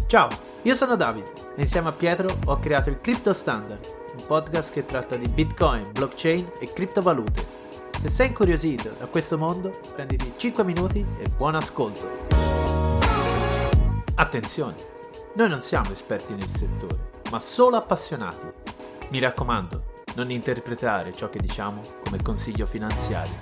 Ciao, io sono Davide e insieme a Pietro ho creato il Crypto Standard, un podcast che tratta di Bitcoin, blockchain e criptovalute. Se sei incuriosito da questo mondo, prenditi 5 minuti e buon ascolto. Attenzione, noi non siamo esperti nel settore, ma solo appassionati. Mi raccomando, non interpretare ciò che diciamo come consiglio finanziario.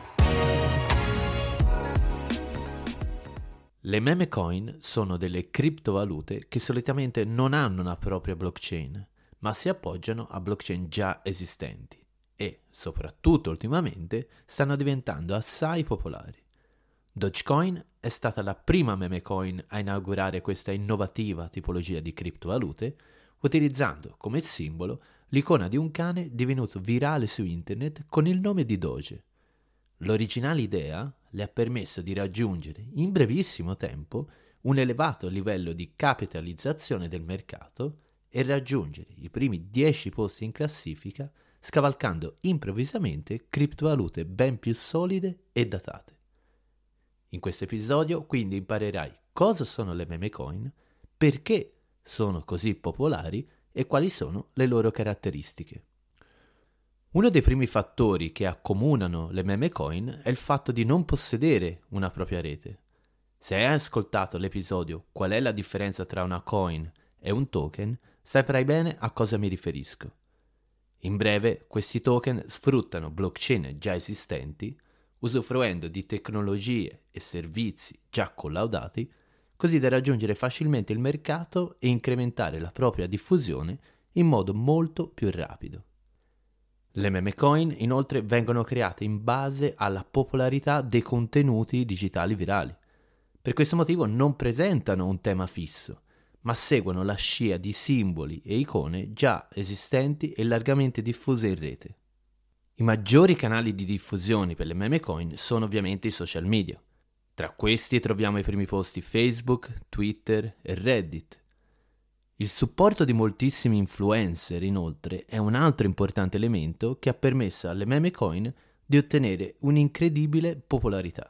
Le meme coin sono delle criptovalute che solitamente non hanno una propria blockchain, ma si appoggiano a blockchain già esistenti e, soprattutto ultimamente, stanno diventando assai popolari. Dogecoin è stata la prima meme coin a inaugurare questa innovativa tipologia di criptovalute, utilizzando come simbolo l'icona di un cane divenuto virale su internet con il nome di Doge. L'originale idea le ha permesso di raggiungere in brevissimo tempo un elevato livello di capitalizzazione del mercato e raggiungere i primi 10 posti in classifica, scavalcando improvvisamente criptovalute ben più solide e datate. In questo episodio quindi imparerai cosa sono le meme coin, perché sono così popolari e quali sono le loro caratteristiche. Uno dei primi fattori che accomunano le meme coin è il fatto di non possedere una propria rete. Se hai ascoltato l'episodio Qual è la differenza tra una coin e un token, saprai bene a cosa mi riferisco. In breve, questi token sfruttano blockchain già esistenti, usufruendo di tecnologie e servizi già collaudati, così da raggiungere facilmente il mercato e incrementare la propria diffusione in modo molto più rapido. Le meme coin inoltre vengono create in base alla popolarità dei contenuti digitali virali. Per questo motivo non presentano un tema fisso, ma seguono la scia di simboli e icone già esistenti e largamente diffuse in rete. I maggiori canali di diffusione per le meme coin sono ovviamente i social media. Tra questi troviamo i primi posti Facebook, Twitter e Reddit. Il supporto di moltissimi influencer, inoltre, è un altro importante elemento che ha permesso alle meme coin di ottenere un'incredibile popolarità.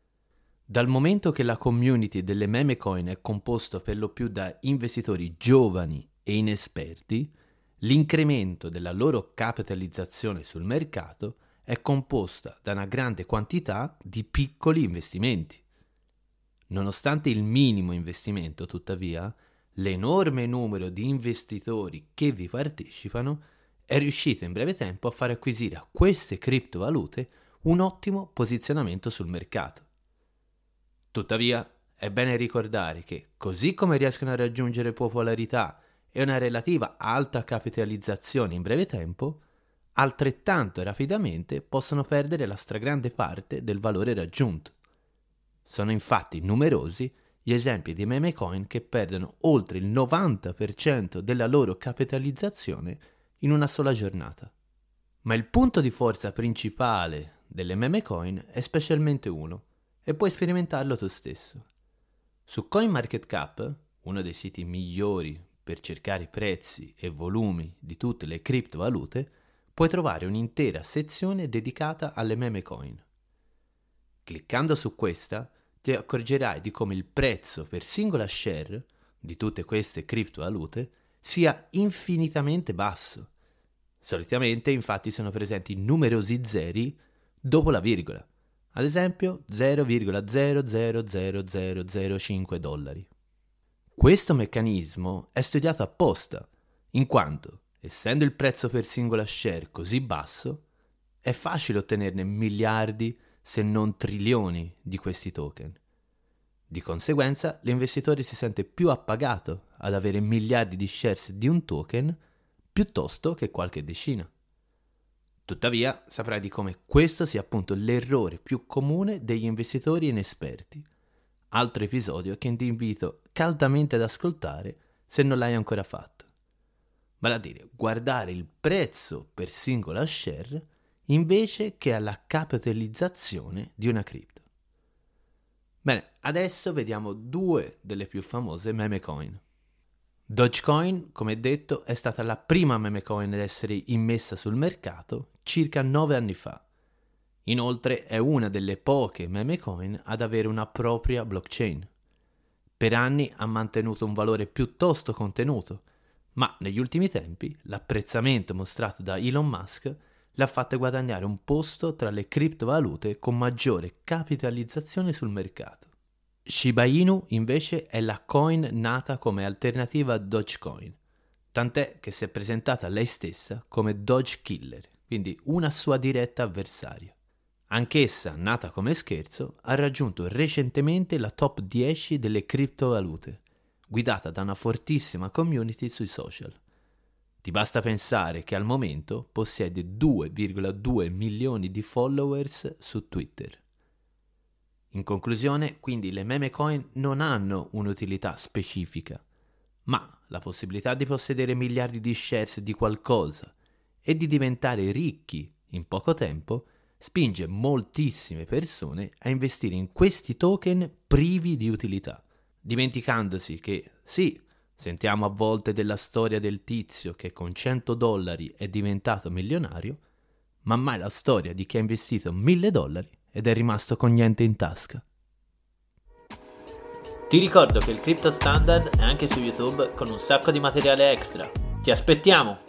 Dal momento che la community delle meme coin è composta per lo più da investitori giovani e inesperti, l'incremento della loro capitalizzazione sul mercato è composta da una grande quantità di piccoli investimenti. Nonostante il minimo investimento, tuttavia, l'enorme numero di investitori che vi partecipano è riuscito in breve tempo a far acquisire a queste criptovalute un ottimo posizionamento sul mercato. Tuttavia, è bene ricordare che, così come riescono a raggiungere popolarità e una relativa alta capitalizzazione in breve tempo, altrettanto rapidamente possono perdere la stragrande parte del valore raggiunto. Sono infatti numerosi gli esempi di meme coin che perdono oltre il 90% della loro capitalizzazione in una sola giornata. Ma il punto di forza principale delle meme coin è specialmente uno, e puoi sperimentarlo tu stesso. Su CoinMarketCap, uno dei siti migliori per cercare prezzi e volumi di tutte le criptovalute, puoi trovare un'intera sezione dedicata alle meme coin. Cliccando su questa, ti accorgerai di come il prezzo per singola share di tutte queste criptovalute sia infinitamente basso. Solitamente, infatti, sono presenti numerosi zeri dopo la virgola, ad esempio 0,000005 dollari. Questo meccanismo è studiato apposta, in quanto, essendo il prezzo per singola share così basso, è facile ottenerne miliardi se non trilioni di questi token. Di conseguenza, l'investitore si sente più appagato ad avere miliardi di shares di un token piuttosto che qualche decina. Tuttavia, saprai di come questo sia appunto l'errore più comune degli investitori inesperti. Altro episodio che ti invito caldamente ad ascoltare se non l'hai ancora fatto. Vale a dire, guardare il prezzo per singola share invece che alla capitalizzazione di una cripto. Bene, adesso vediamo due delle più famose meme coin. Dogecoin, come detto, è stata la prima meme coin ad essere immessa sul mercato circa 9 anni fa. Inoltre è una delle poche meme coin ad avere una propria blockchain. Per anni ha mantenuto un valore piuttosto contenuto, ma negli ultimi tempi l'apprezzamento mostrato da Elon Musk l'ha fatta guadagnare un posto tra le criptovalute con maggiore capitalizzazione sul mercato. Shiba Inu invece è la coin nata come alternativa a Dogecoin, tant'è che si è presentata lei stessa come Doge Killer, quindi una sua diretta avversaria. Anch'essa, nata come scherzo, ha raggiunto recentemente la top 10 delle criptovalute, guidata da una fortissima community sui social. Ti basta pensare che al momento possiede 2,2 milioni di followers su Twitter. In conclusione, quindi le meme coin non hanno un'utilità specifica, ma la possibilità di possedere miliardi di shares di qualcosa e di diventare ricchi in poco tempo spinge moltissime persone a investire in questi token privi di utilità, dimenticandosi che sì, sentiamo a volte della storia del tizio che con $100 è diventato milionario, ma mai la storia di chi ha investito $1.000 ed è rimasto con niente in tasca. Ti ricordo che il Crypto Standard è anche su YouTube con un sacco di materiale extra. Ti aspettiamo!